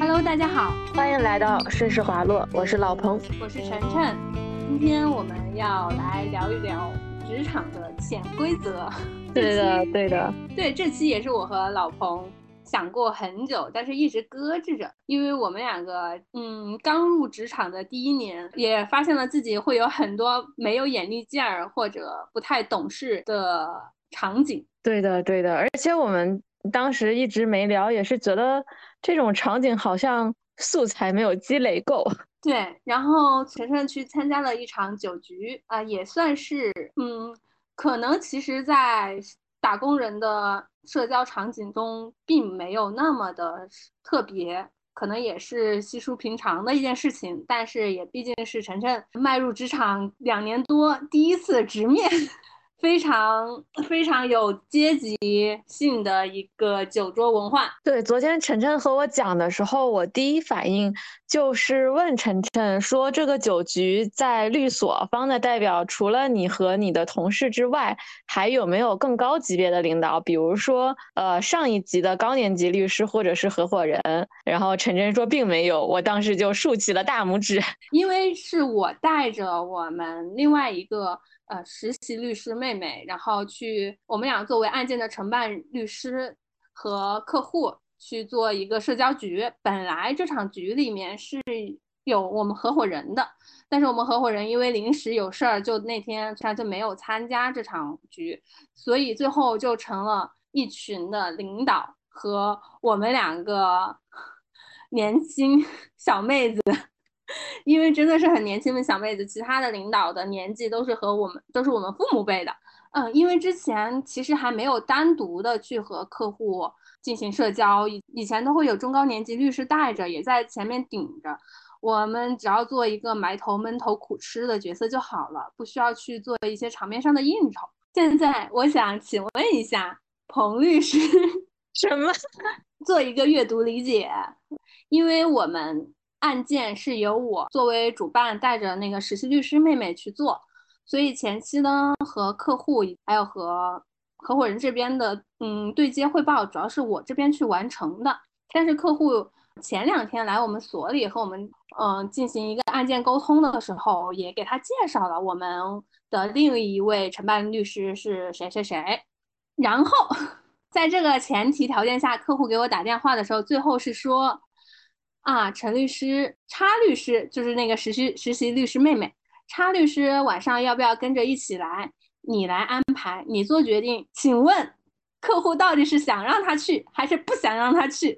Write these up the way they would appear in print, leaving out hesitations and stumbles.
Hello，大家好， 欢迎来到顺势滑落，我是老彭， 我是晨晨。今天我们要来聊一聊职场的潜规则。 对的， 对，这期也是我和老彭想过很久，但是一直搁置着，因为我们两个刚入职场的第一年，也发现了自己会有很多没有眼力劲儿或者不太懂事的场景。 对的，而且我们当时一直没聊，也是觉得这种场景好像素材没有积累够。 对，然后晨晨去参加了一场酒局啊，也算是可能其实，在打工人的社交场景中，并没有那么的特别，可能也是稀疏平常的一件事情，但是也毕竟是晨晨迈入职场2年多第一次直面。非常非常有阶级性的一个酒桌文化。 对，昨天晨晨和我讲的时候，我第一反应就是问晨晨说，这个酒局在律所方的代表，除了你和你的同事之外，还有没有更高级别的领导？比如说，上一级的高年级律师或者是合伙人。然后晨晨说并没有，我当时就竖起了大拇指。 因为是我带着我们另外一个实习律师妹妹，然后去我们俩作为案件的承办律师和客户去做一个社交局。本来这场局里面是有我们合伙人的，但是我们合伙人因为临时有事儿，就那天他就没有参加这场局，所以最后就成了一群的领导和我们两个年轻小妹子。因为真的是很年轻的小妹子，其他的领导的年纪都是我们父母辈的。因为之前其实还没有单独的去和客户进行社交，以前都会有中高年级律师带着，也在前面顶着，我们只要做一个埋头闷头苦吃的角色就好了，不需要去做一些场面上的应酬。现在我想请问一下彭律师， 什么？ 做一个阅读理解，因为我们案件是由我作为主办带着那个实习律师妹妹去做，所以前期呢和客户还有和合伙人这边的对接汇报主要是我这边去完成的。但是客户前2天来我们所里和我们进行一个案件沟通的时候，也给他介绍了我们的另一位承办律师是谁谁谁。然后在这个前提条件下，客户给我打电话的时候，最后是说啊，陈律师、叉律师就是那个实习律师妹妹，叉律师晚上要不要跟着一起来？你来安排，你做决定。请问客户到底是想让他去，还是不想让他去？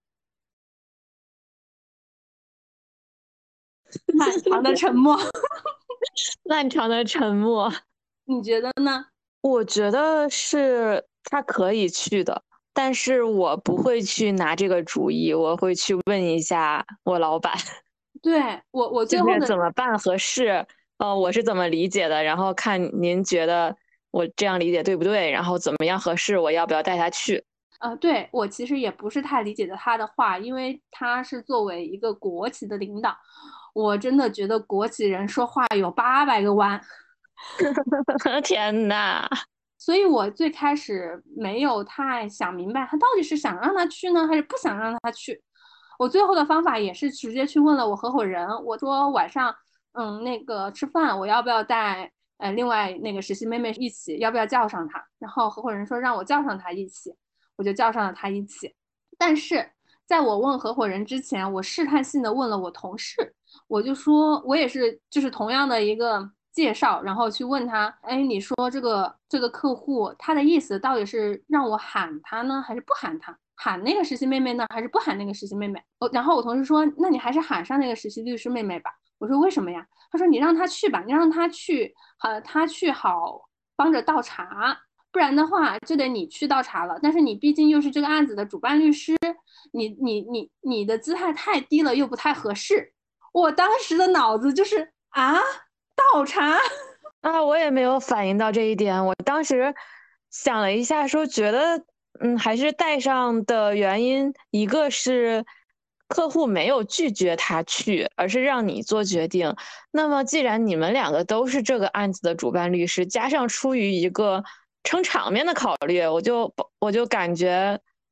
漫长的沉默。 漫长的沉默。 你觉得呢？ 我觉得是他可以去的，但是我不会去拿这个主意，我会去问一下我老板。 对，我就是最后的怎么办合适，我是怎么理解的，然后看您觉得我这样理解对不对，然后怎么样合适，我要不要带他去。 对，我其实也不是太理解的他的话，因为他是作为一个国企的领导，我真的觉得国企人说话有800个弯。 天哪！ 所以我最开始没有太想明白，他到底是想让他去呢，还是不想让他去。我最后的方法也是直接去问了我合伙人，我说晚上那个吃饭我要不要带另外那个实习妹妹一起，要不要叫上她？然后合伙人说让我叫上她一起，我就叫上了她一起。但是在我问合伙人之前，我试探性的问了我同事，我就说我也是就是同样的一个介绍，然后去问他，哎，你说这个客户他的意思到底是让我喊他呢，还是不喊他？喊那个实习妹妹呢，还是不喊那个实习妹妹？然后我同事说，那你还是喊上那个实习律师妹妹吧。我说为什么呀？他说你让他去吧，你让他去，他去好帮着倒茶，不然的话就得你去倒茶了。但是你毕竟又是这个案子的主办律师，你的姿态太低了，又不太合适。我当时的脑子就是啊，倒茶。 啊，我也没有反应到这一点。我当时想了一下，说觉得，还是带上的原因，一个是客户没有拒绝他去，而是让你做决定。那么，既然你们两个都是这个案子的主办律师，加上出于一个撑场面的考虑，我就感觉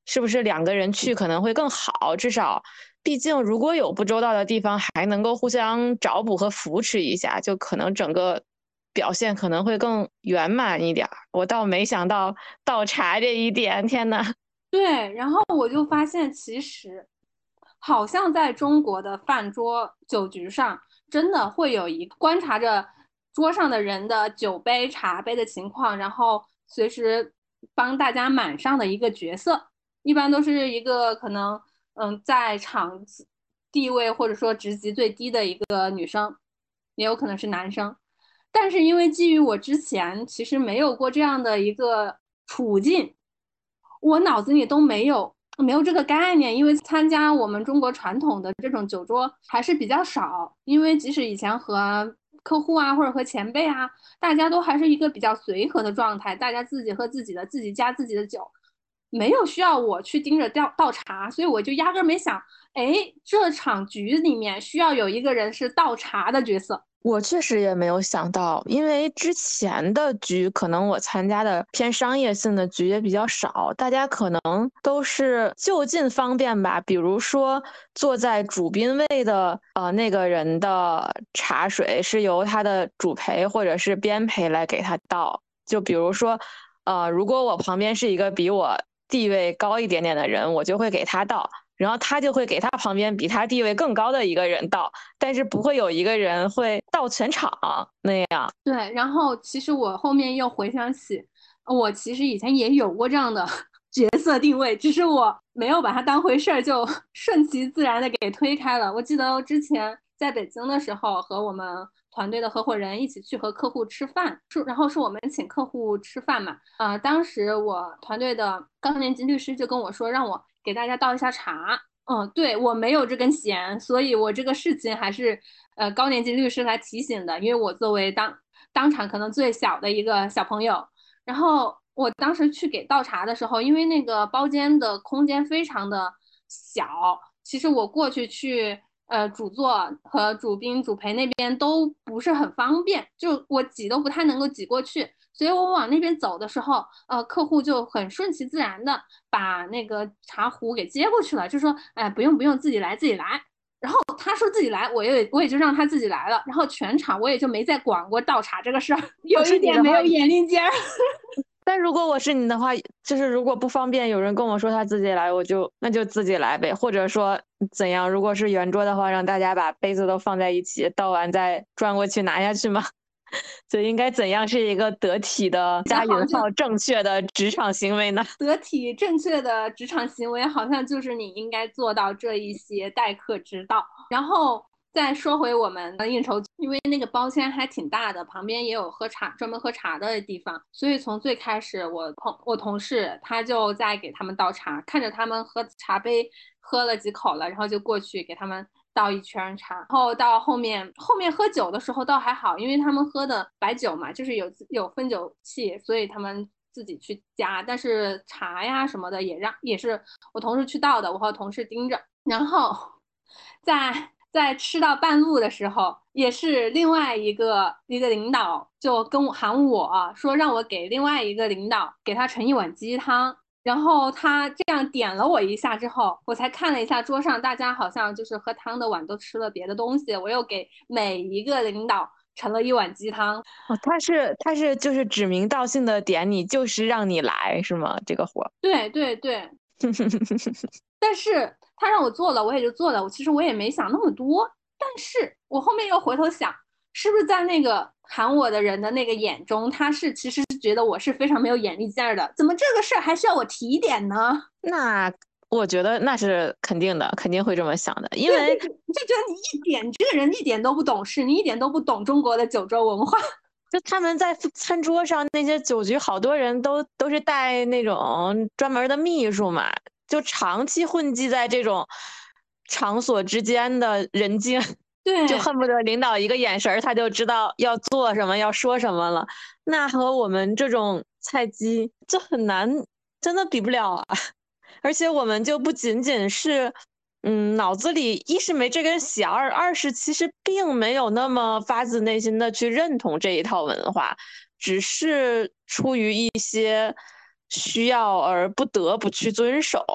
是不是2个人去可能会更好？至少，毕竟如果有不周到的地方，还能够互相找补和扶持一下，就可能整个表现可能会更圆满一点。我倒没想到倒茶这一点，天呐。 对，然后我就发现，其实好像在中国的饭桌酒局上，真的会有一个观察着桌上的人的酒杯、茶杯的情况，然后随时帮大家满上的一个角色，一般都是一个可能在场地位或者说职级最低的一个女生，也有可能是男生。但是因为基于我之前其实没有过这样的一个处境，我脑子里都没有这个概念，因为参加我们中国传统的这种酒桌还是比较少。因为即使以前和客户啊或者和前辈啊，大家都还是一个比较随和的状态，大家自己喝自己的，自己加自己的酒，没有需要我去盯着倒茶，所以我就压根没想，哎，这场局里面需要有一个人是倒茶的角色。 我确实也没有想到，因为之前的局可能我参加的偏商业性的局也比较少，大家可能都是就近方便吧，比如说坐在主宾位的那个人的茶水是由他的主陪或者是编陪来给他倒，就比如说如果我旁边是一个比我地位高一点点的人，我就会给他倒。然后他就会给他旁边比他地位更高的一个人倒，但是不会有一个人会倒全场那样。 对，然后其实我后面又回想起，我其实以前也有过这样的角色定位，只是我没有把它当回事儿，就顺其自然的给推开了。我记得之前在北京的时候，和我们团队的合伙人一起去和客户吃饭，然后是我们请客户吃饭嘛，当时我团队的高年级律师就跟我说，让我给大家倒一下茶。对，我没有这根弦，所以我这个事情还是高年级律师来提醒的，因为我作为当场可能最小的一个小朋友，然后我当时去给倒茶的时候，因为那个包间的空间非常的小，其实我过去主座和主宾主陪那边都不是很方便，就我挤都不太能够挤过去，所以我往那边走的时候，客户就很顺其自然的把那个茶壶给接过去了，就说哎不用不用，自己来自己来。然后他说自己来，我也就让他自己来了，然后全场我也就没再管过倒茶这个事儿，有一点没有眼力劲儿。 但如果我是你的话，就是如果不方便有人跟我说他自己来，那就自己来呗，或者说怎样？如果是圆桌的话，让大家把杯子都放在一起，倒完再转过去拿下去吗？就应该怎样是一个得体的加引号正确的职场行为呢？ 得体正确的职场行为好像就是你应该做到这一些待客之道。然后再说回我们的应酬，因为那个包间还挺大的，旁边也有专门喝茶的地方，所以从最开始我同事他就在给他们倒茶，看着他们喝茶杯喝了几口了，然后就过去给他们倒一圈茶。然后到后面喝酒的时候倒还好，因为他们喝的白酒嘛，就是有分酒器，所以他们自己去加。但是茶呀什么的也是我同事去倒的，我和同事盯着。然后在吃到半路的时候，也是另外一个领导就喊我说让我给另外一个领导给他盛一碗鸡汤。然后他这样点了我一下之后，我才看了一下桌上大家好像就是喝汤的碗都吃了别的东西，我又给每一个领导盛了一碗鸡汤。 哦，他是就是指名道姓的点你，就是让你来是吗？这个活？ 对对对。但是他让我做了，我也就做了。其实我也没想那么多，但是我后面又回头想，是不是在那个喊我的人的那个眼中，他其实是觉得我是非常没有眼力劲儿的，怎么这个事儿还需要我提点呢？ 那我觉得那是肯定的，肯定会这么想的，因为就觉得你这个人一点都不懂事，你一点都不懂中国的酒桌文化。 就他们在餐桌上那些酒局，好多人都是带那种专门的秘书嘛，就长期混迹在这种场所之间的人精， 对， 就恨不得领导一个眼神他就知道要做什么要说什么了。那和我们这种菜鸡就很难，真的比不了啊。而且我们就不仅仅是脑子里一是没这根弦儿，二是其实并没有那么发自内心的去认同这一套文化，只是出于一些需要而不得不去遵守。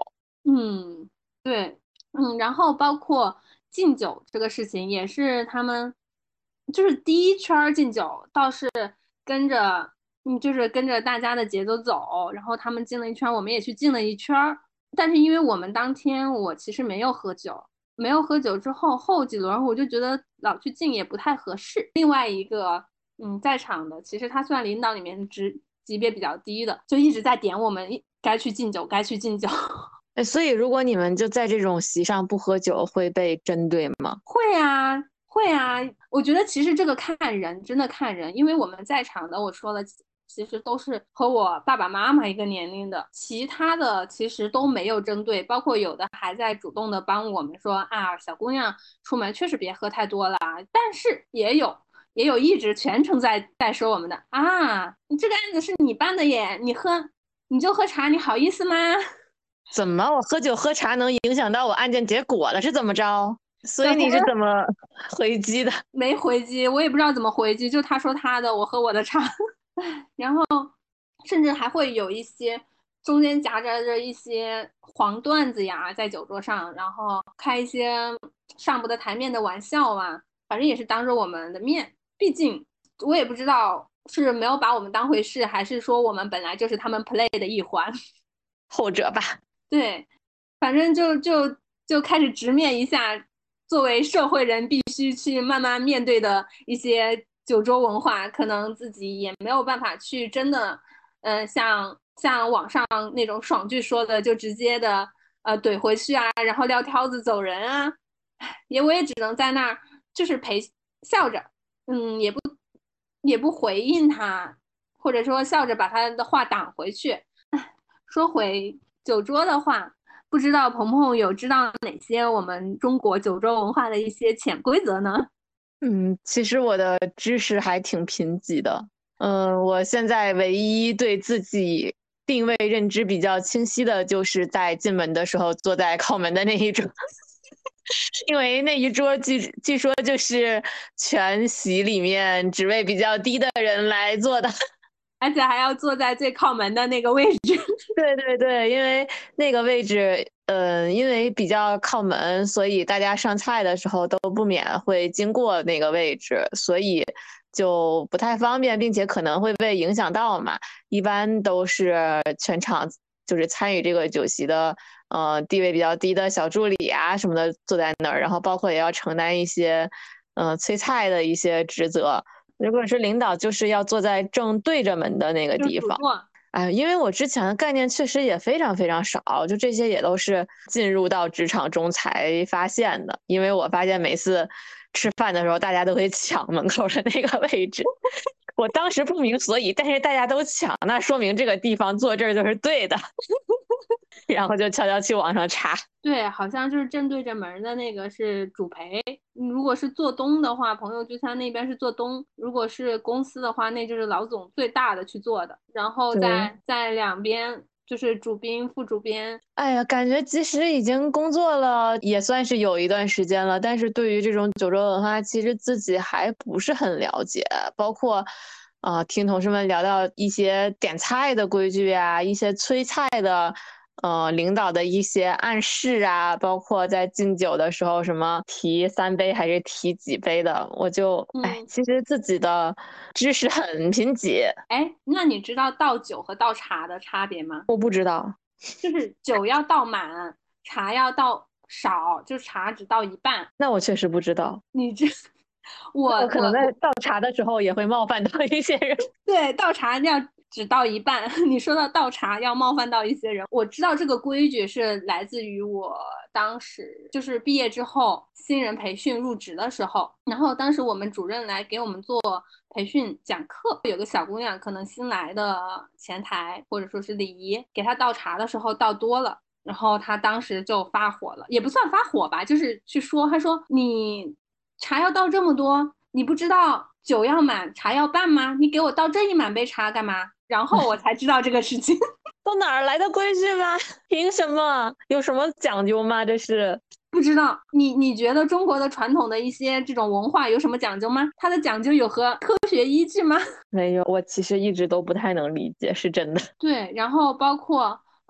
嗯，对，然后包括敬酒这个事情，也是他们就是第一圈儿敬酒，倒是跟着就是跟着大家的节奏走，然后他们敬了一圈儿，我们也去敬了一圈儿。但是因为我们当天我其实没有喝酒，没有喝酒之后后几轮我就觉得老去敬也不太合适。另外一个在场的其实他算领导里面级别比较低的，就一直在点我们该去敬酒，该去敬酒。 哎，所以如果你们就在这种席上不喝酒，会被针对吗？ 会啊，会啊。我觉得其实这个看人，真的看人，因为我们在场的，我说了，其实都是和我爸爸妈妈一个年龄的，其他的其实都没有针对，包括有的还在主动的帮我们说啊，小姑娘出门确实别喝太多了，但是也有一直全程在说我们的啊，你这个案子是你办的耶，你就喝茶，你好意思吗？ 怎么我喝酒喝茶能影响到我案件结果了？是怎么着？所以小你是怎么回击的？ 没回击，我也不知道怎么回击，就他说他的，我喝我的茶，然后甚至还会有一些中间夹杂着一些黄段子呀，在酒桌上，然后开一些上不得台面的玩笑啊，反正也是当着我们的面，毕竟我也不知道是没有把我们当回事，还是说我们本来就是他们 play 的一环。 后者吧。 对，反正就开始直面一下，作为社会人必须去慢慢面对的一些酒桌文化，可能自己也没有办法去真的，像网上那种爽剧说的，就直接的怼回去啊，然后撂挑子走人啊，我也只能在那儿就是笑着，也不回应他，或者说笑着把他的话挡回去。说回酒桌的话，不知道鹏鹏有知道哪些我们中国酒桌文化的一些潜规则呢？ 其实我的知识还挺贫瘠的。我现在唯一对自己定位认知比较清晰的，就是在进门的时候坐在靠门的那一桌，因为那一桌据说就是全席里面职位比较低的人来做的。 而且还要坐在最靠门的那个位置。 对对对，因为那个位置，因为比较靠门，所以大家上菜的时候都不免会经过那个位置，所以就不太方便，并且可能会被影响到嘛。一般都是全场就是参与这个酒席的，地位比较低的小助理啊什么的坐在那儿，然后包括也要承担一些，催菜的一些职责。如果是领导，就是要坐在正对着门的那个就是地方。 主座。 哎，因为我之前的概念确实也非常非常少，就这些也都是进入到职场中才发现的。因为我发现每次吃饭的时候，大家都会抢门口的那个位置，我当时不明所以，但是大家都抢，那说明这个地方坐这儿就是对的，然后就悄悄去往上插。 对，好像就是正对着门的那个是主陪。如果是做东的话，朋友聚餐那边是做东；如果是公司的话，那就是老总最大的去做的。然后对， 在两边就是主宾、副主编。 哎呀，感觉即使已经工作了，也算是有一段时间了，但是对于这种酒桌文化，其实自己还不是很了解。包括，听同事们聊到一些点菜的规矩啊，一些催菜的，领导的一些暗示啊，包括在敬酒的时候，什么提3杯还是提几杯的，我就，哎， 嗯， 其实自己的知识很贫瘠， 哎，那你知道倒酒和倒茶的差别吗？ 我不知道。 就是酒要倒满，茶要倒少，就茶只倒一半。 那我确实不知道。 你这，我那我可能在我倒茶的时候也会冒犯到一些人。 对，倒茶要只倒一半。你说到倒茶要冒犯到一些人，我知道这个规矩是来自于我当时就是毕业之后新人培训入职的时候，然后当时我们主任来给我们做培训讲课，有个小姑娘可能新来的前台或者说是礼仪，给她倒茶的时候倒多了。然后她当时就发火了，也不算发火吧，就是去说，她说你茶要倒这么多，你不知道酒要满，茶要半吗？你给我倒这一满杯茶干嘛？然后我才知道这个事情。 都哪儿来的规矩吗？凭什么？有什么讲究吗？这是不知道你觉得中国的传统的一些这种文化有什么讲究吗？它的讲究有何科学依据吗？ 没有，我其实一直都不太能理解，是真的。 对，然后包括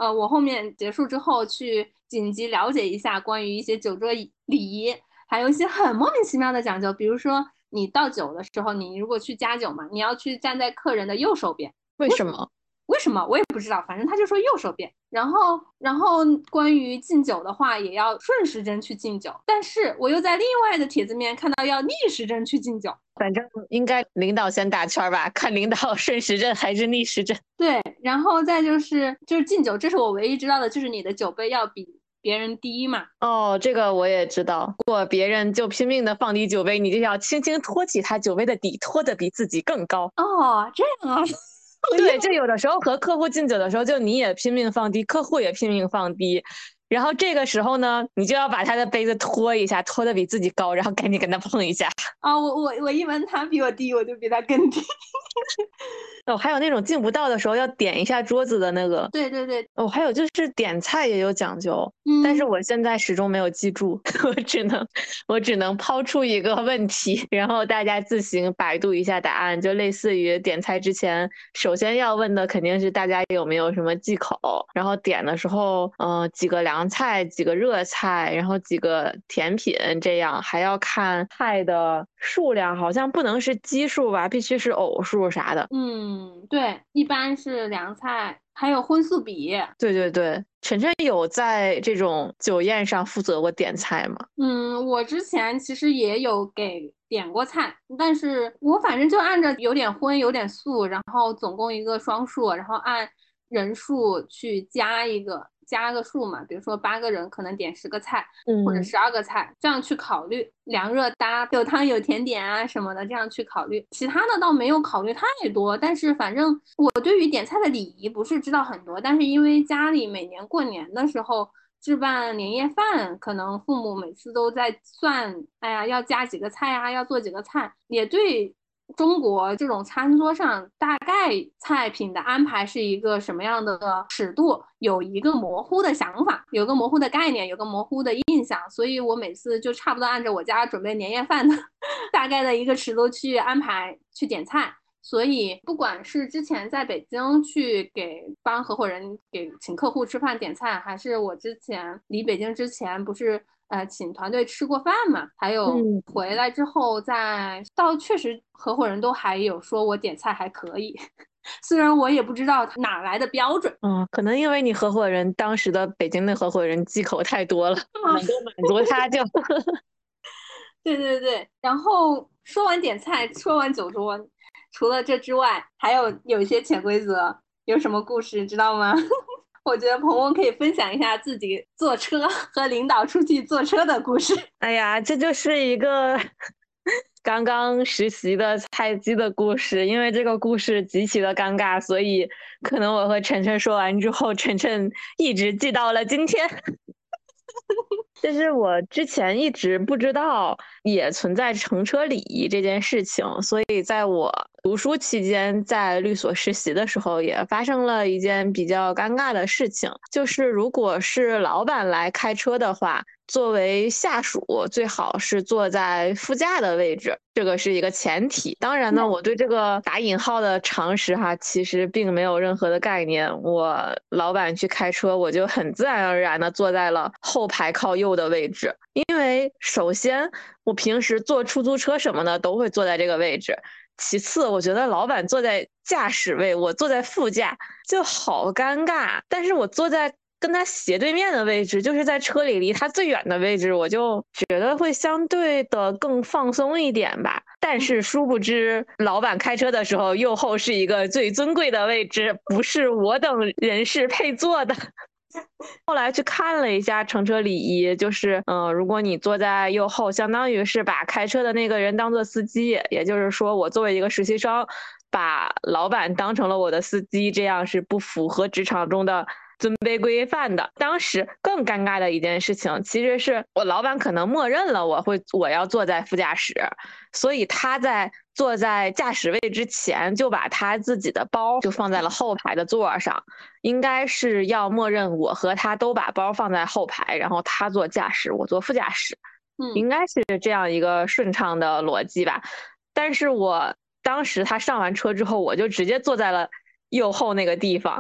我后面结束之后去紧急了解一下关于一些酒桌礼仪，还有一些很莫名其妙的讲究，比如说你倒酒的时候，你如果去加酒嘛，你要去站在客人的右手边。 为什么？ 为什么我也不知道，反正他就说右手边。然后关于敬酒的话，也要顺时针去敬酒，但是我又在另外的帖子面看到要逆时针去敬酒。 反正应该领导先打圈吧，看领导顺时针还是逆时针。 对，然后再就是敬酒，这是我唯一知道的，就是你的酒杯要比别人低嘛。 哦，这个我也知道。如果别人就拼命的放低酒杯，你就要轻轻托起他酒杯的底，托得比自己更高。 哦，这样啊。 对，就有的时候和客户敬酒的时候，就你也拼命放低，客户也拼命放低，然后这个时候呢，你就要把他的杯子托一下，托得比自己高，然后赶紧跟他碰一下。 啊，我一般他比我低，我就比他更低。 哦，还有那种敬不到的时候要点一下桌子的那个。 对对对。 哦，还有就是点菜也有讲究，但是嗯， 我现在始终没有记住，我只能抛出一个问题，然后大家自行百度一下答案，就类似于点菜之前，首先要问的肯定是大家有没有什么忌口，然后点的时候，几个凉菜，几个热菜，然后几个甜品，这样还要看菜的数量，好像不能是奇数吧，必须是偶数啥的。 嗯，对，一般是凉菜，还有荤素比。 对对对，晨晨有在这种酒宴上负责过点菜吗？ 嗯，我之前其实也有给点过菜，但是我反正就按着有点荤有点素，然后总共一个双数，然后按人数去加个数嘛，比如说8个人可能点10个菜或者12个菜，这样去考虑凉热搭，有汤有甜点啊什么的，这样去考虑。其他的倒没有考虑太多，但是反正我对于点菜的礼仪不是知道很多，但是因为家里每年过年的时候置办年夜饭，可能父母每次都在算，哎呀，要加几个菜啊，要做几个菜，也对中国这种餐桌上大概菜品的安排是一个什么样的尺度，有一个模糊的想法，有个模糊的概念，有个模糊的印象，所以我每次就差不多按照我家准备年夜饭的大概的一个尺度去安排去点菜。所以，不管是之前在北京去帮合伙人请客户吃饭点菜，还是我之前离北京之前不是请团队吃过饭嘛，还有回来之后倒确实合伙人都还有说我点菜还可以，虽然我也不知道哪来的标准。 可能因为你合伙人当时的北京的合伙人忌口太多了，能够满足他就。 对对对，然后说完点菜，说完酒桌，除了这之外，还有一些潜规则，有什么故事知道吗？我觉得鹏鹏可以分享一下自己坐车和领导出去坐车的故事。 哎呀，这就是一个刚刚实习的菜鸡的故事，因为这个故事极其的尴尬，所以可能我和晨晨说完之后，晨晨一直记到了今天。就是我之前一直不知道也存在乘车礼仪这件事情，所以在我读书期间在律所实习的时候，也发生了一件比较尴尬的事情，就是如果是老板来开车的话，作为下属最好是坐在副驾的位置，这个是一个前提。当然呢，我对这个打引号的常识其实并没有任何的概念。我老板去开车，我就很自然而然的坐在了后排靠右的位置，因为首先我平时坐出租车什么的都会坐在这个位置，其次我觉得老板坐在驾驶位，我坐在副驾就好尴尬，但是我坐在跟他斜对面的位置，就是在车里离他最远的位置，我就觉得会相对的更放松一点吧。但是殊不知，老板开车的时候，右后是一个最尊贵的位置，不是我等人士配坐的。后来去看了一下乘车礼仪，就是如果你坐在右后，相当于是把开车的那个人当做司机，也就是说，我作为一个实习生，把老板当成了我的司机，这样是不符合职场中的尊卑规范的。当时更尴尬的一件事情，其实是我老板可能默认了我要坐在副驾驶，所以他在坐在驾驶位之前就把他自己的包就放在了后排的座上，应该是要默认我和他都把包放在后排，然后他坐驾驶，我坐副驾驶，应该是这样一个顺畅的逻辑吧。但是我当时他上完车之后，我就直接坐在了右后那个地方，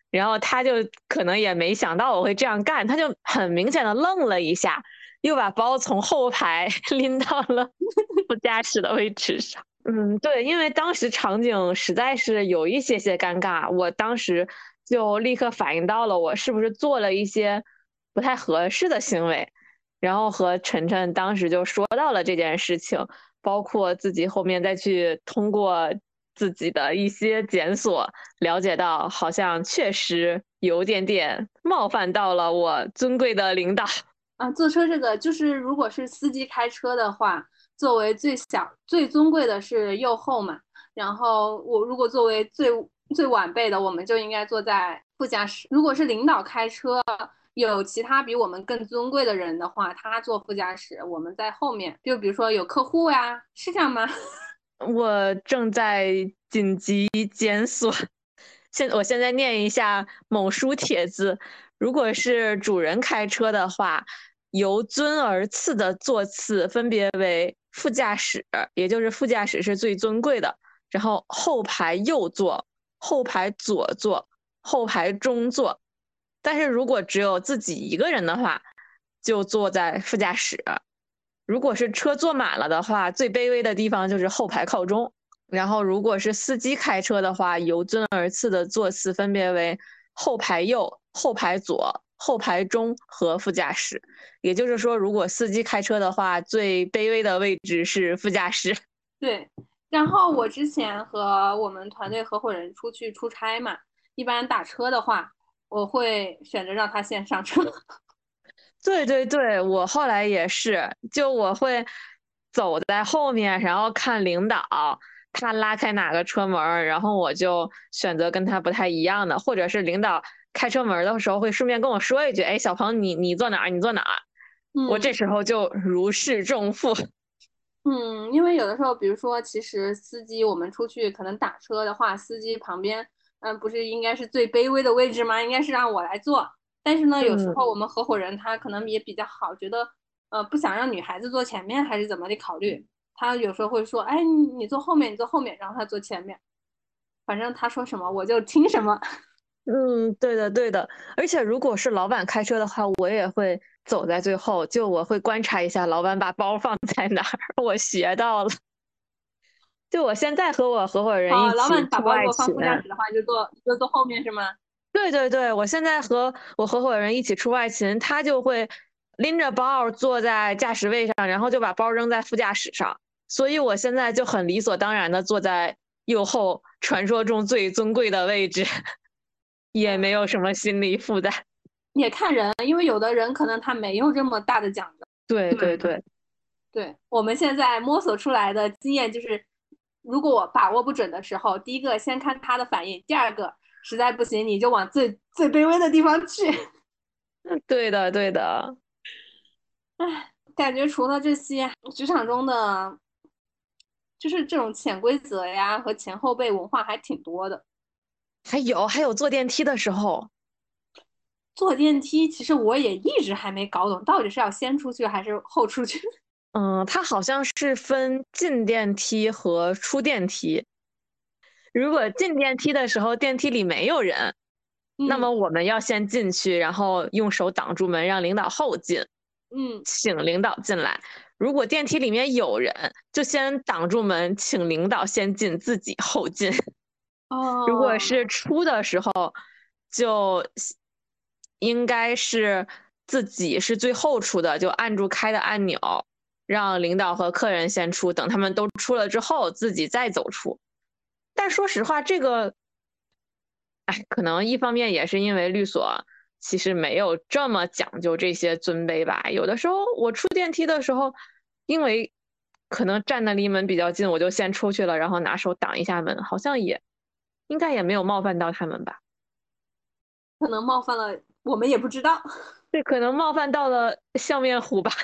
然后他就可能也没想到我会这样干，他就很明显的愣了一下，又把包从后排拎到了副驾驶的位置上。对，因为当时场景实在是有一些些尴尬，我当时就立刻反应到了我是不是做了一些不太合适的行为，然后和晨晨当时就说到了这件事情，包括自己后面再去通过自己的一些检索了解到，好像确实有点点冒犯到了我尊贵的领导。 啊，坐车这个就是，如果是司机开车的话，作为最小、最尊贵的是右后嘛。然后我如果作为最晚辈的，我们就应该坐在副驾驶。如果是领导开车，有其他比我们更尊贵的人的话，他坐副驾驶，我们在后面。就比如说有客户呀，是这样吗？ 我正在紧急检索，我现在念一下某书帖子。如果是主人开车的话，由尊而次的座次分别为副驾驶，也就是副驾驶是最尊贵的，然后后排右座、后排左座、后排中座。但是如果只有自己一个人的话，就坐在副驾驶。如果是车坐满了的话，最卑微的地方就是后排靠中。然后，如果是司机开车的话，由尊而次的座次分别为后排右、后排左、后排中和副驾驶。也就是说，如果司机开车的话，最卑微的位置是副驾驶。 对。然后我之前和我们团队合伙人出去出差嘛，一般打车的话，我会选择让他先上车。 对对对，我后来也是，就我会走在后面，然后看领导他拉开哪个车门，然后我就选择跟他不太一样的，或者是领导开车门的时候会顺便跟我说一句：“哎，小鹏，你坐哪儿？你坐哪儿？”我这嗯。 时候就如释重负。 因为有的时候，比如说，其实司机我们出去可能打车的话，司机旁边，不是应该是最卑微的位置吗？应该是让我来坐。但是呢，有时嗯候我们合伙人他可能也比较好，觉得不想让女孩子坐前面，还是怎么的考虑，他有时候会说，哎，你坐后面，你坐后面，然后他坐前面，反正他说什么我就听什么。 嗯，对的对的。而且如果是老板开车的话，我也会走在最后，就我会观察一下老板把包放在哪儿，我学到了。就我现在和我合伙人一好，老起板把出外勤。 包给我放副驾驶的话，就坐后面是吗？ 对对对，我现在和我合伙人一起出外勤，他就会拎着包坐在驾驶位上，然后就把包扔在副驾驶上，所以我现在就很理所当然的坐在右后传说中最尊贵的位置，也没有什么心理负担。 也看人，因为有的人可能他没有这么大的讲究。 对对对。 对，我们现在摸索出来的经验就是，如果我把握不准的时候，第一个先看他的反应，第二个实在不行你就往最卑微的地方去。 对的对的。 唉，感觉除了这些职场中的，就是这种潜规则呀和前后辈文化还挺多的。 还有坐电梯的时候。 坐电梯，其实我也一直还没搞懂，到底是要先出去还是后出去。 它好像是分进电梯和出电梯。如果进电梯的时候电梯里没有人，那嗯么我们要先进去，然后用手挡住门，让领导后进， 嗯。 请领导进来。如果电梯里面有人，就先挡住门，请领导先进，自己后进。如果哦。 是出的时候，就应该是自己是最后出的，就按住开的按钮，让领导和客人先出，等他们都出了之后，自己再走出。但说实话，这个，哎，可能一方面也是因为律所其实没有这么讲究这些尊卑吧。有的时候我出电梯的时候，因为可能站的离门比较近，我就先出去了，然后拿手挡一下门，好像也应该也没有冒犯到他们吧。 可能冒犯了，我们也不知道。 这可能冒犯到了笑面虎吧。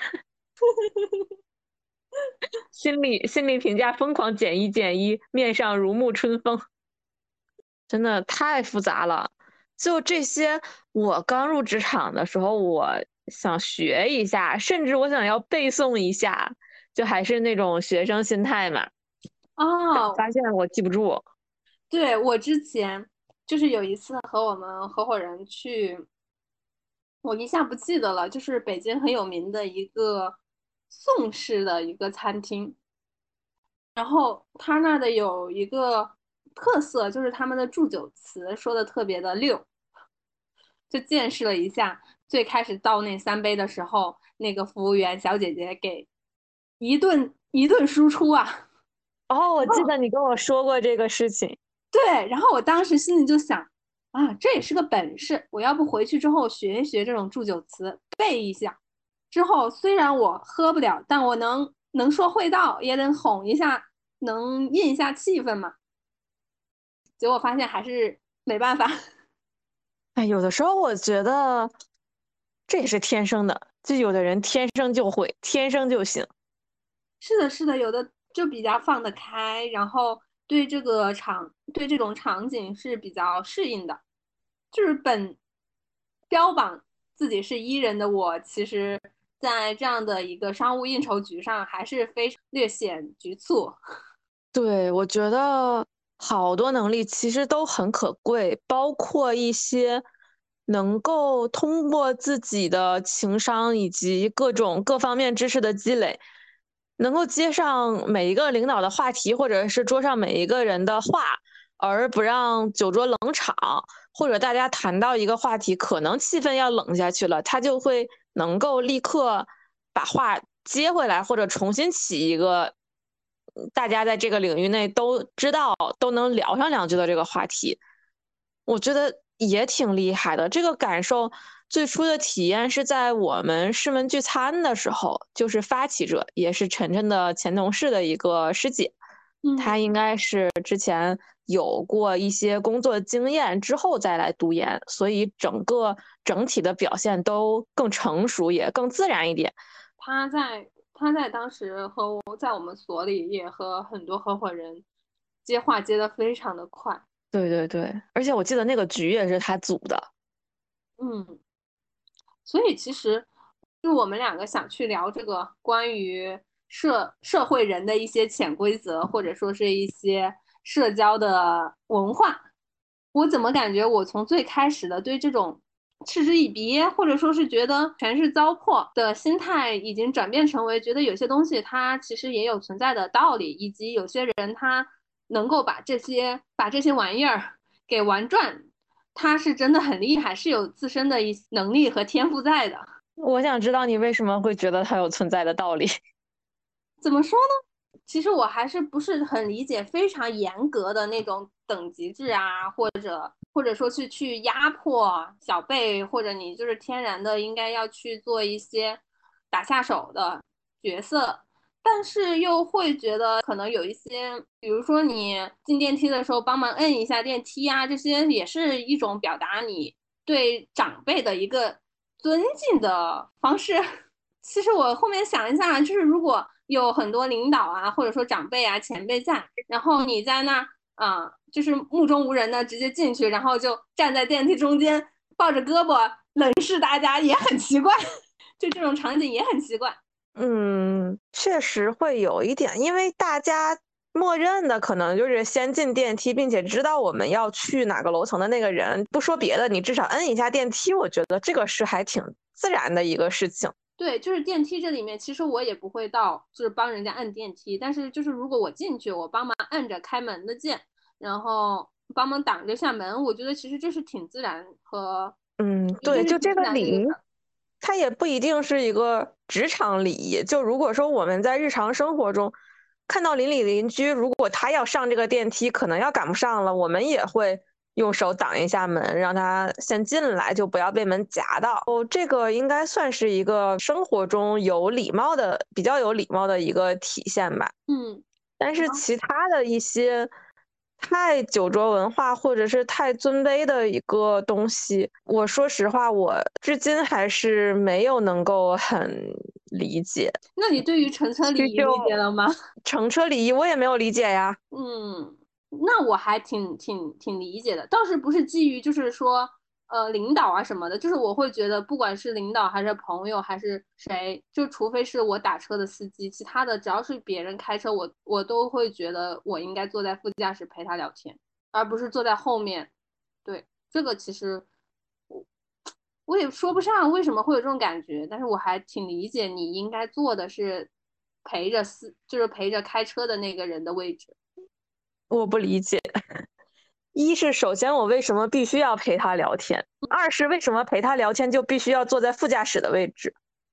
心理评价疯狂减一，面上如沐春风。真的太复杂了。就这些，我刚入职场的时候，我想学一下，甚至我想要背诵一下，就还是那种学生心态嘛。 哦， 发现我记不住。 对，我之前就是有一次和我们合伙人去，我一下不记得了，就是北京很有名的一个宋式的一个餐厅，然后他那的有一个特色，就是他们的祝酒词说的特别的溜，就见识了一下。最开始倒那3杯的时候，那个服务员小姐姐给一顿一顿输出啊。 哦，我记然后得你跟我说过这个事情。 对，然后我当时心里就想，啊，这也是个本事，我要不回去之后学一学这种祝酒词，背一下。之后虽然我喝不了，但我能说会道，也能哄一下，能印一下气氛嘛。结果发现还是没办法。 哎，有的时候我觉得这也是天生的，就有的人天生就会，天生就行。 是的，是的，有的就比较放得开，然后对这种场景是比较适应的。就是标榜自己是 E 人的我，其实在这样的一个商务应酬局上，还是非常略显局促。 对，我觉得好多能力其实都很可贵，包括一些能够通过自己的情商以及各种各方面知识的积累，能够接上每一个领导的话题，或者是桌上每一个人的话，而不让酒桌冷场，或者大家谈到一个话题，可能气氛要冷下去了，他就会能够立刻把话接回来，或者重新起一个大家在这个领域内都知道、都能聊上两句的这个话题，我觉得也挺厉害的。这个感受最初的体验是在我们师门聚餐的时候，就是发起者也是晨晨的前同事的一个师姐，她嗯， 应该是之前有过一些工作经验之后再来读研，所以整体的表现都更成熟，也更自然一点。 他在当时在我们所里也和很多合伙人接话接得非常的快。 对对对，而且我记得那个局也是他组的。 嗯，所以其实就我们两个想去聊这个关于社会人的一些潜规则，或者说是一些社交的文化。我怎么感觉我从最开始的对这种嗤之以鼻，或者说是觉得全是糟粕的心态，已经转变成为觉得有些东西它其实也有存在的道理，以及有些人他能够把这些玩意儿给玩转，他是真的很厉害，是有自身的一些能力和天赋在的。 我想知道你为什么会觉得它有存在的道理。 怎么说呢？其实我还是不是很理解非常严格的那种等级制啊，或者说是去压迫小辈，或者你就是天然的应该要去做一些打下手的角色，但是又会觉得可能有一些，比如说你进电梯的时候帮忙摁一下电梯啊，这些也是一种表达你对长辈的一个尊敬的方式。其实我后面想一下，就是如果有很多领导啊，或者说长辈啊、前辈在，然后你在那就是目中无人的直接进去，然后就站在电梯中间，抱着胳膊冷视大家，也很奇怪。就这种场景也很奇怪。 嗯，确实会有一点，因为大家默认的可能就是先进电梯，并且知道我们要去哪个楼层的那个人。不说别的，你至少摁一下电梯，我觉得这个是还挺自然的一个事情。 对，就是电梯这里面，其实我也不会到，就是帮人家按电梯，但是就是如果我进去，我帮忙按着开门的键，然后帮忙挡着下门，我觉得其实这是挺自然和， 嗯，对， 这是挺就这自然的一个事个礼仪， 儿。 它也不一定是一个职场礼仪。就如果说我们在日常生活中看到邻里邻居，如果他要上这个电梯，可能要赶不上了，我们也会用手挡一下门，让他先进来，就不要被门夹到。哦，这个应该算是一个生活中有礼貌的、比较有礼貌的一个体现吧。 嗯， 但是其他的一些太酒桌文化或者是太尊卑的一个东西，我说实话，我至今还是没有能够很理解。 那你对于乘车礼仪就理解了吗？ 乘车礼仪，我也没有理解呀。 嗯，那我还挺理解的，倒是不是基于就是说领导啊什么的，就是我会觉得不管是领导还是朋友还是谁，就除非是我打车的司机，其他的只要是别人开车，我都会觉得我应该坐在副驾驶陪他聊天，而不是坐在后面这个其实我也说不上为什么会有这种感觉，但是我还挺理解你应该做的是就是陪着开车的那个人的位置。 我不理解。一是首先我为什么必须要陪他聊天，二是为什么陪他聊天就必须要坐在副驾驶的位置。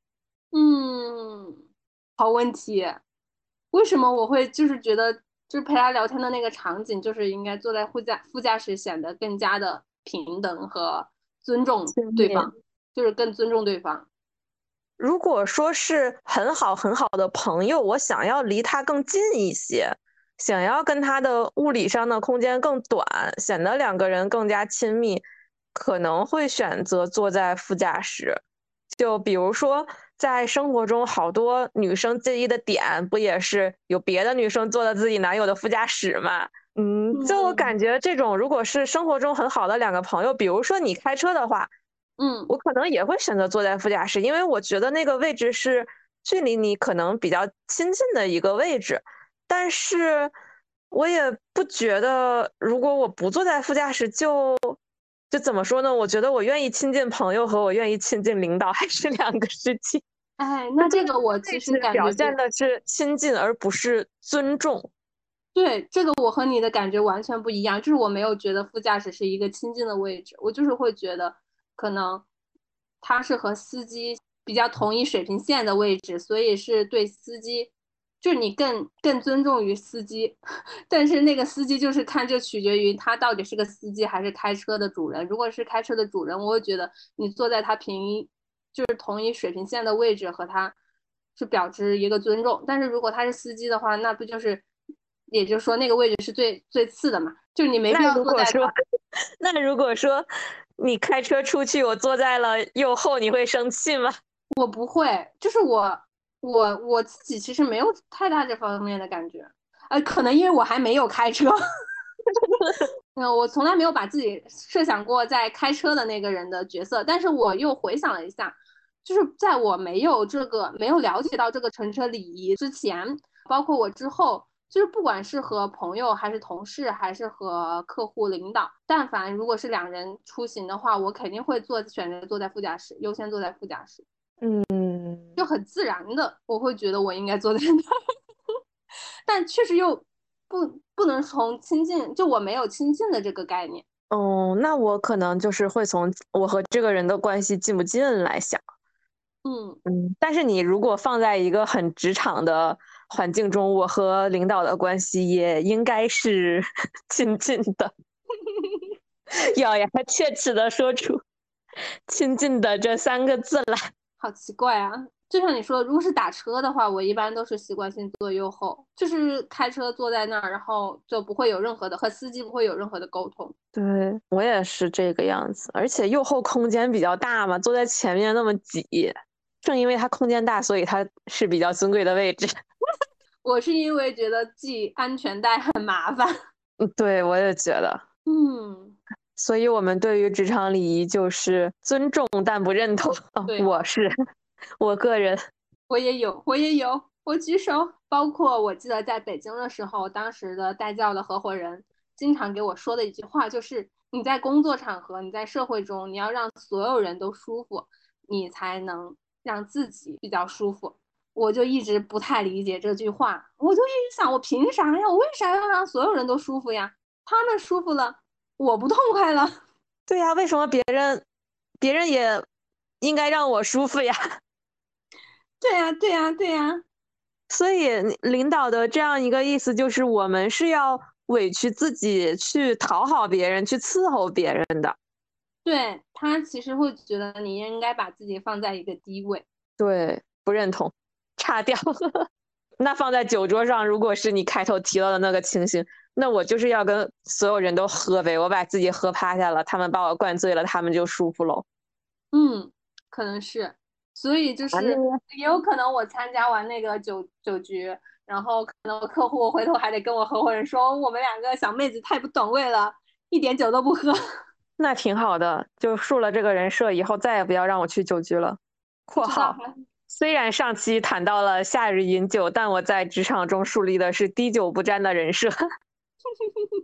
好问题。为什么我会就是觉得就是陪他聊天的那个场景就是应该坐在副驾驶显得更加的平等和尊重亲密。 对方，就是更尊重对方。 如果说是很好很好的朋友，我想要离他更近一些，想要跟他的物理上的空间更短，显得两个人更加亲密，可能会选择坐在副驾驶。就比如说，在生活中，好多女生介意的点，不也是有别的女生坐在自己男友的副驾驶吗？就我感觉这种，如果是生活中很好的两个朋友，比如说你开车的话，我可能也会选择坐在副驾驶，因为我觉得那个位置是距离你可能比较亲近的一个位置。但是我也不觉得，如果我不坐在副驾驶就怎么说呢？我觉得我愿意亲近朋友和我愿意亲近领导还是两个事情。 哎，那这个我其实感觉表现的是亲近，而不是尊重。 对，这个我和你的感觉完全不一样，就是我没有觉得副驾驶是一个亲近的位置，我就是会觉得可能他是和司机比较同一水平线的位置，所以是对司机，就是你更尊重于司机，但是那个司机就是看就取决于他到底是个司机还是开车的主人。如果是开车的主人，我会觉得你坐在他就是同一水平线的位置和他是表示一个尊重，但是如果他是司机的话，那不就是。也就是说，那个位置是最次的嘛，就是你没必要坐在他。 那如果说你开车出去，我坐在了右后，你会生气吗？ 我不会，就是我自己其实没有太大这方面的感觉，可能因为我还没有开车，我从来没有把自己设想过在开车的那个人的角色，但是我又回想了一下，就是在我没有了解到这个乘车礼仪之前，包括我之后。就是不管是和朋友还是同事，还是和客户、领导，但凡如果是两人出行的话，我肯定会选择坐在副驾驶，优先坐在副驾驶。就很自然的，我会觉得我应该坐在那，但确实又不能从亲近，就我没有亲近的这个概念。 那我可能就是会从我和这个人的关系近不近来想。但是你如果放在一个很职场的环境中，我和领导的关系也应该是亲近的，咬牙切齿的说出亲近的这3个字来。 好奇怪啊！就像你说，如果是打车的话，我一般都是习惯性坐右后，就是开车坐在那儿，然后就不会有任何的和司机不会有任何的沟通。 对，我也是这个样子，而且右后空间比较大嘛，坐在前面那么挤，正因为它空间大，所以它是比较尊贵的位置。 我是因为觉得系安全带很麻烦。 对，我也觉得。所以我们对于职场礼仪就是尊重但不认同。 对啊， 我是我个人。 我也有，我也有，我举手。包括我记得在北京的时候，当时的代教的合伙人经常给我说的一句话，就是你在工作场合，你在社会中，你要让所有人都舒服，你才能让自己比较舒服。我就一直不太理解这句话，我就一直想，我凭啥呀？我为啥要让所有人都舒服呀？他们舒服了，我不痛快了。 对呀，为什么别人也应该让我舒服呀？ 对呀，对呀，对呀。 所以领导的这样一个意思就是，我们是要委屈自己去讨好别人，去伺候别人的。 对，他其实会觉得你应该把自己放在一个低位。 对，不认同，差掉。那放在酒桌上，如果是你开头提到的那个情形，那我就是要跟所有人都喝呗，我把自己喝趴下了，他们把我灌醉了，他们就舒服喽。 可能是，所以就啊，那是也有可能我参加完那个酒局，然后可能客户回头还得跟我合伙人说，我们两个小妹子太不懂味了，一点酒都不喝。 那挺好的，就树了这个人设，以后再也不要让我去酒局了。 不括号， 知道还虽然上期谈到了夏日饮酒，但我在职场中树立的是滴酒不沾的人设。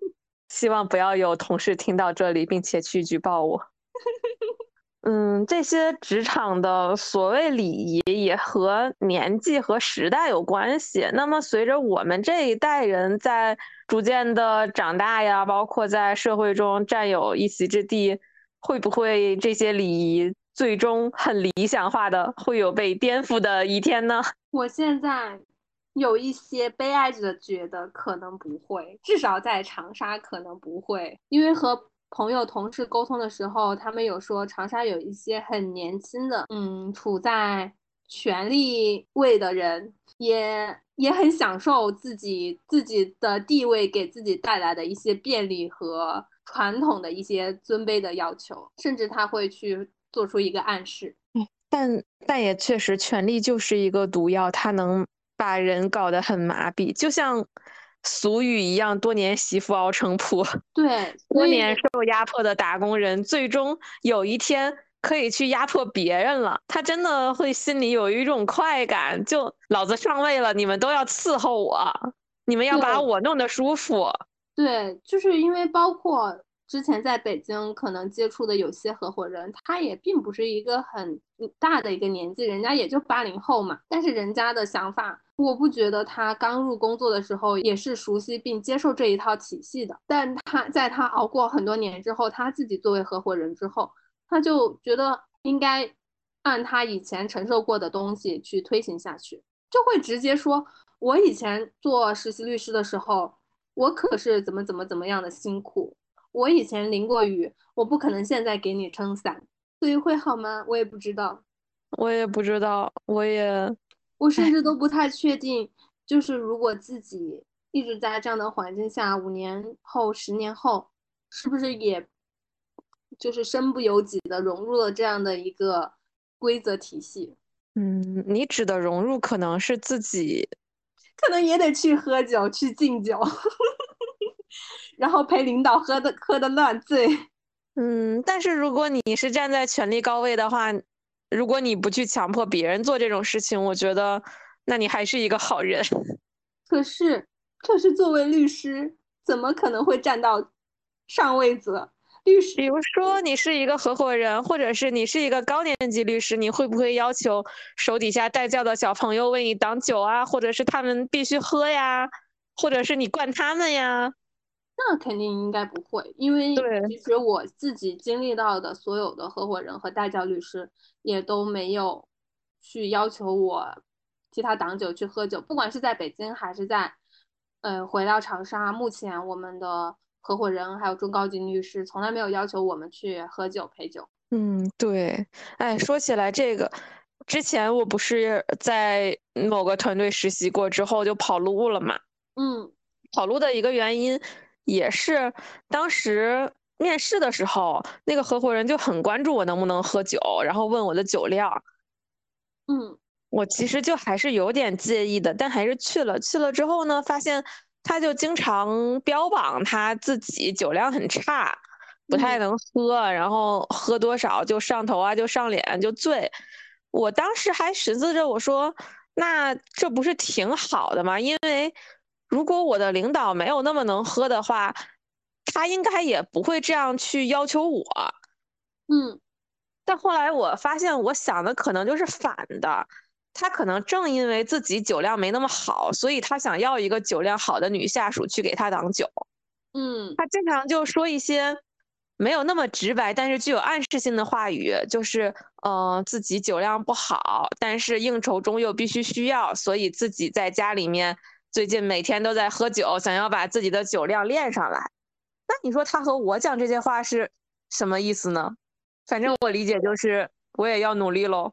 希望不要有同事听到这里，并且去举报我。这些职场的所谓礼仪也和年纪和时代有关系。那么随着我们这一代人在逐渐的长大呀，包括在社会中占有一席之地，会不会这些礼仪最终很理想化的会有被颠覆的一天呢？ 我现在有一些悲哀的觉得可能不会，至少在长沙可能不会，因为和朋友、同事沟通的时候，他们有说长沙有一些很年轻的，处在权力位的人，也很享受自己的地位给自己带来的一些便利和传统的一些尊卑的要求，甚至他会去做出一个暗示。 但也确实，权力就是一个毒药，它能把人搞得很麻痹，就像俗语一样，多年媳妇熬成婆。 对，所多以年受压迫的打工人，最终有一天可以去压迫别人了，他真的会心里有一种快感，就老子上位了，你们都要伺候我，你们要把对我弄得舒服。 对，就是因为包括之前在北京可能接触的有些合伙人，他也并不是一个很大的一个年纪，人家也就80后嘛，但是人家的想法，我不觉得他刚入工作的时候也是熟悉并接受这一套体系的，但他熬过很多年之后，他自己作为合伙人之后，他就觉得应该按他以前承受过的东西去推行下去，就会直接说，我以前做实习律师的时候。我可是怎么样的辛苦，我以前淋过雨，我不可能现在给你撑伞，所以会好吗？我也不知道， 我也不知道，我也， 我甚哎， 至都不太确定，就是如果自己一直在这样的环境下，5年后、10年后，是不是也就是身不由己的融入了这样的一个规则体系？ 你指的融入可能是自己， 可能也得去喝酒，去敬酒，然后陪领导喝的乱醉。 但是如果你是站在权力高位的话，如果你不去强迫别人做这种事情，我觉得，那你还是一个好人。 可是，可是作为律师，怎么可能会站到上位者？律师， 比如说，你是一个合伙人，或者是你是一个高年级律师，你会不会要求手底下带教的小朋友为你挡酒啊？或者是他们必须喝呀？或者是你灌他们呀？ 那肯定应该不会，因为对， 其实我自己经历到的所有的合伙人和代教律师，也都没有去要求我替他挡酒去喝酒，不管是在北京还是在回到长沙，目前我们的合伙人还有中高级律师从来没有要求我们去喝酒陪酒。 嗯，对。哎，说起来这个，之前我不是在某个团队实习过之后就跑路了嘛？ 嗯跑路的一个原因也是当时面试的时候，那个合伙人就很关注我能不能喝酒，然后问我的酒量。 嗯我其实就还是有点介意的，但还是去了。去了之后呢，发现他就经常标榜他自己酒量很差，不太嗯能喝，然后喝多少就上头啊，就上脸，就醉。我当时还寻思着，我说，那这不是挺好的吗？因为如果我的领导没有那么能喝的话，他应该也不会这样去要求我。 嗯但后来我发现，我想的可能就是反的。他可能正因为自己酒量没那么好，所以他想要一个酒量好的女下属去给他挡酒。 嗯他经常就说一些没有那么直白，但是具有暗示性的话语，就是自己酒量不好，但是应酬中又必须需要，所以自己在家里面最近每天都在喝酒，想要把自己的酒量练上来。那你说他和我讲这些话是什么意思呢？反正我理解就是我也要努力喽，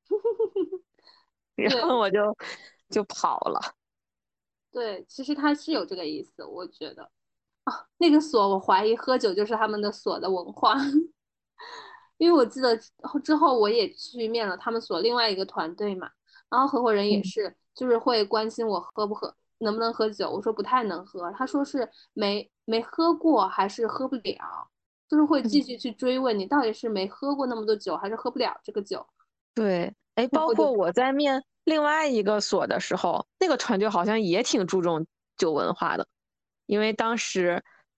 然后对。 我就跑了。 对，其实他是有这个意思，我觉得啊，那个锁，我怀疑喝酒就是他们的锁的文化，因为我记得之后我也去面了他们所另外一个团队嘛，然后合伙人也嗯， 是，就是会关心我喝不喝，能不能喝酒，我说不太能喝，他说是没喝过还是喝不了，就是会继续去追问你到底是没喝过那么多酒，还是喝不了这个酒， 对，哎， 然后就包括我在面另外一个所的时候，那个团队好像也挺注重酒文化的，因为当时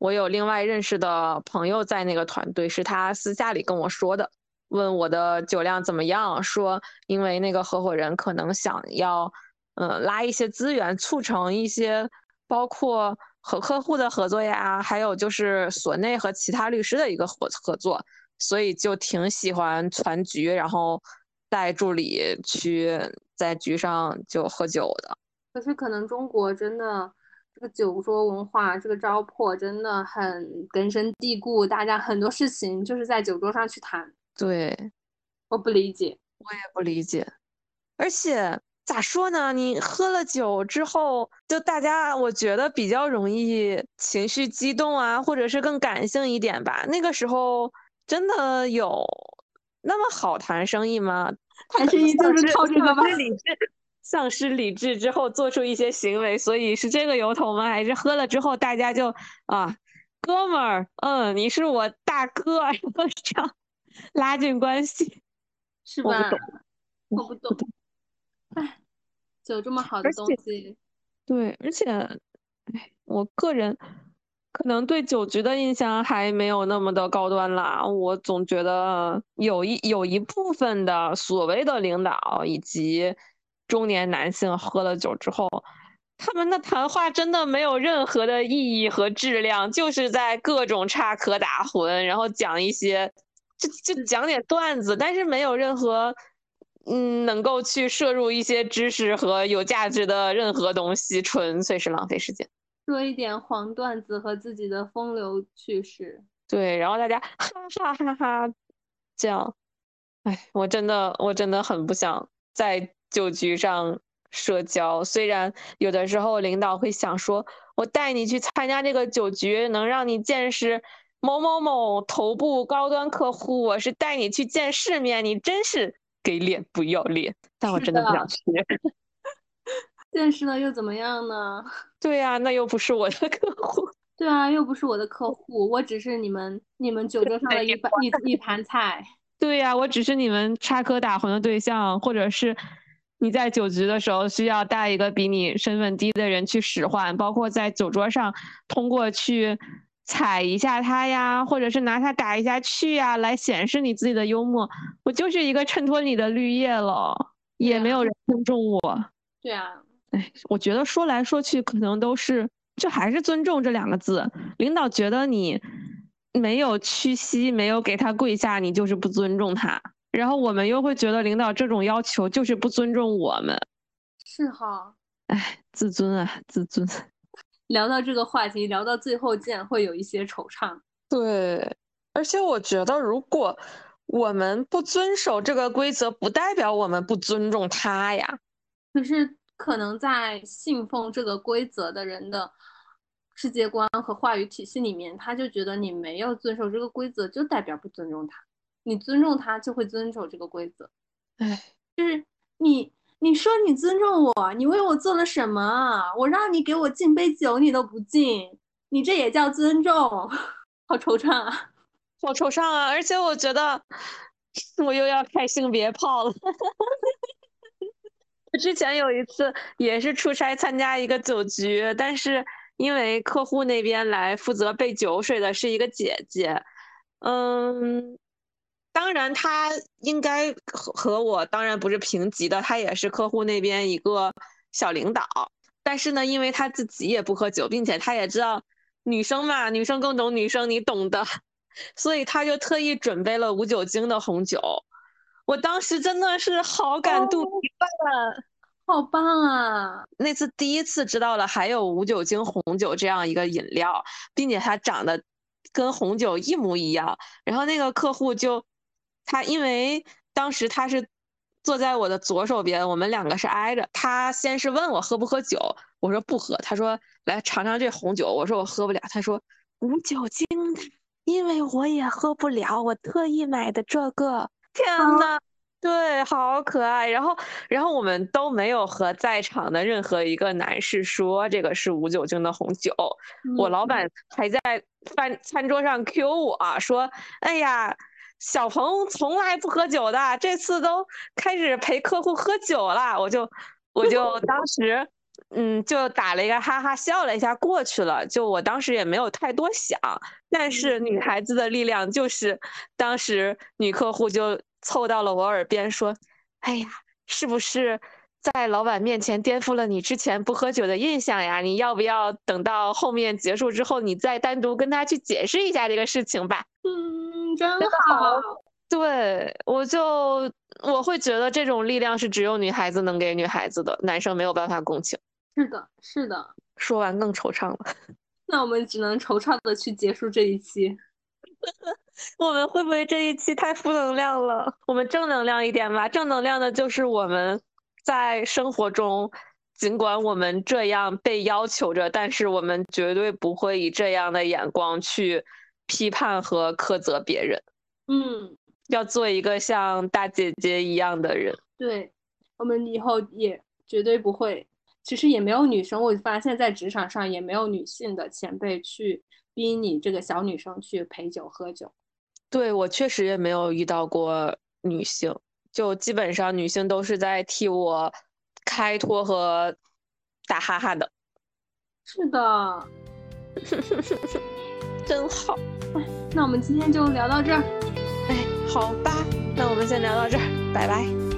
我有另外认识的朋友在那个团队，是他私下里跟我说的，问我的酒量怎么样，说因为那个合伙人可能想要拉一些资源，促成一些包括和客户的合作呀，还有就是所内和其他律师的一个合作，所以就挺喜欢攒局，然后带助理去在局上就喝酒的。 可是可能中国真的这个酒桌文化，这个糟粕真的很根深蒂固，大家很多事情就是在酒桌上去谈， 对， 我不理解。 我也不理解。而且咋说呢？你喝了酒之后，就大家我觉得比较容易情绪激动啊，或者是更感性一点吧。那个时候真的有那么好谈生意吗？他谈可能生意就是靠这个吗？ 丧失理智之后做出一些行为，所以是这个由头吗？还是喝了之后大家就啊，哥们儿，你是我大哥，然后这样拉近关系？ 是吧？ 我不懂， 我不懂。哎，酒这么好的而且。 东西， 对，而且，哎，我个人可能对酒局的印象还没有那么的高端啦。我总觉得有一部分的所谓的领导以及中年男性喝了酒之后，他们的谈话真的没有任何的意义和质量，就是在各种插科打诨，然后讲一些，就讲点段子，但是没有任何能够去摄入一些知识和有价值的任何东西，纯粹是浪费时间。 说一点黄段子和自己的风流趣事。 对，然后大家哈哈哈哈，这样，哎，我真的很不想在酒局上社交。虽然有的时候领导会想说，我带你去参加这个酒局，能让你见识某某某头部高端客户，我是带你去见世面，你真是给脸不要脸。但我是的， 真的不想去。 见识了又怎么样呢？ 对呀，那又不是我的客户。 对啊，又不是我的客户，我只是你们酒桌上的一盘菜。 对呀，我只是你们插科打诨的对象，或者是你在酒局的时候需要带一个比你身份低的人去使唤，包括在酒桌上通过去踩一下他呀，或者是拿他打一下趣呀，来显示你自己的幽默。我就是一个衬托你的绿叶了， 对啊， 也没有人尊重我。 对啊， 我觉得说来说去，可能都是，这还是尊重这两个字。领导觉得你没有屈膝，没有给他跪下，你就是不尊重他。然后我们又会觉得领导这种要求就是不尊重我们。 是哈。 自尊啊，自尊。 聊到这个话题，聊到最后竟然会有一些惆怅。 对，而且我觉得，如果我们不遵守这个规则，不代表我们不尊重他呀。 可是可能在信奉这个规则的人的世界观和话语体系里面，他就觉得你没有遵守这个规则，就代表不尊重他。你尊重他，就会遵守这个规则。 哎， 你说你尊重我，你为我做了什么啊？我让你给我敬杯酒，你都不敬，你这也叫尊重？好惆怅啊！ 好惆怅啊！而且我觉得我又要开性别炮了。我之前有一次也是出差参加一个酒局，但是因为客户那边来负责备酒水的是一个姐姐，嗯，当然她应该和我当然不是平级的，她也是客户那边一个小领导，但是呢，因为她自己也不喝酒，并且她也知道女生嘛，女生更懂女生，你懂的，所以她就特意准备了无酒精的红酒。我当时真的是好感动。 哦，好棒啊！ 那次第一次知道了还有无酒精红酒这样一个饮料，并且它长得跟红酒一模一样。然后那个客户就，他因为当时他是坐在我的左手边，我们两个是挨着。他先是问我喝不喝酒，我说不喝。他说来尝尝这红酒，我说我喝不了。他说无酒精的，因为我也喝不了，我特意买的这个。天好， 呐！对，好可爱。然后我们都没有和在场的任何一个男士说这个是无酒精的红酒。我嗯， 老板还在餐桌上 Q 我说：“哎呀，小鹏从来不喝酒的，这次都开始陪客户喝酒了。”我就当时就打了一个哈哈笑了一下过去了，就我当时也没有太多想。但是女孩子的力量就是当时女客户就凑到了我耳边说，哎呀，是不是在老板面前颠覆了你之前不喝酒的印象呀？你要不要等到后面结束之后你再单独跟他去解释一下这个事情吧？ 真好。 对，我会觉得这种力量是只有女孩子能给女孩子的，男生没有办法共情。 是的，是的。 说完更惆怅了。 那我们只能惆怅的去结束这一期。 我们会不会这一期太负能量了？我们正能量一点吧。正能量的就是我们在生活中，尽管我们这样被要求着，但是我们绝对不会以这样的眼光去批判和苛责别人。要做一个像大姐姐一样的人。 对，我们以后也绝对不会。其实也没有女生，我发现在职场上也没有女性的前辈去逼你这个小女生去陪酒喝酒。 对，我确实也没有遇到过女性，就基本上女性都是在替我开脱和打哈哈的。 是的。 真好。 那我们今天就聊到这儿。 好吧，那我们先聊到这儿，拜拜。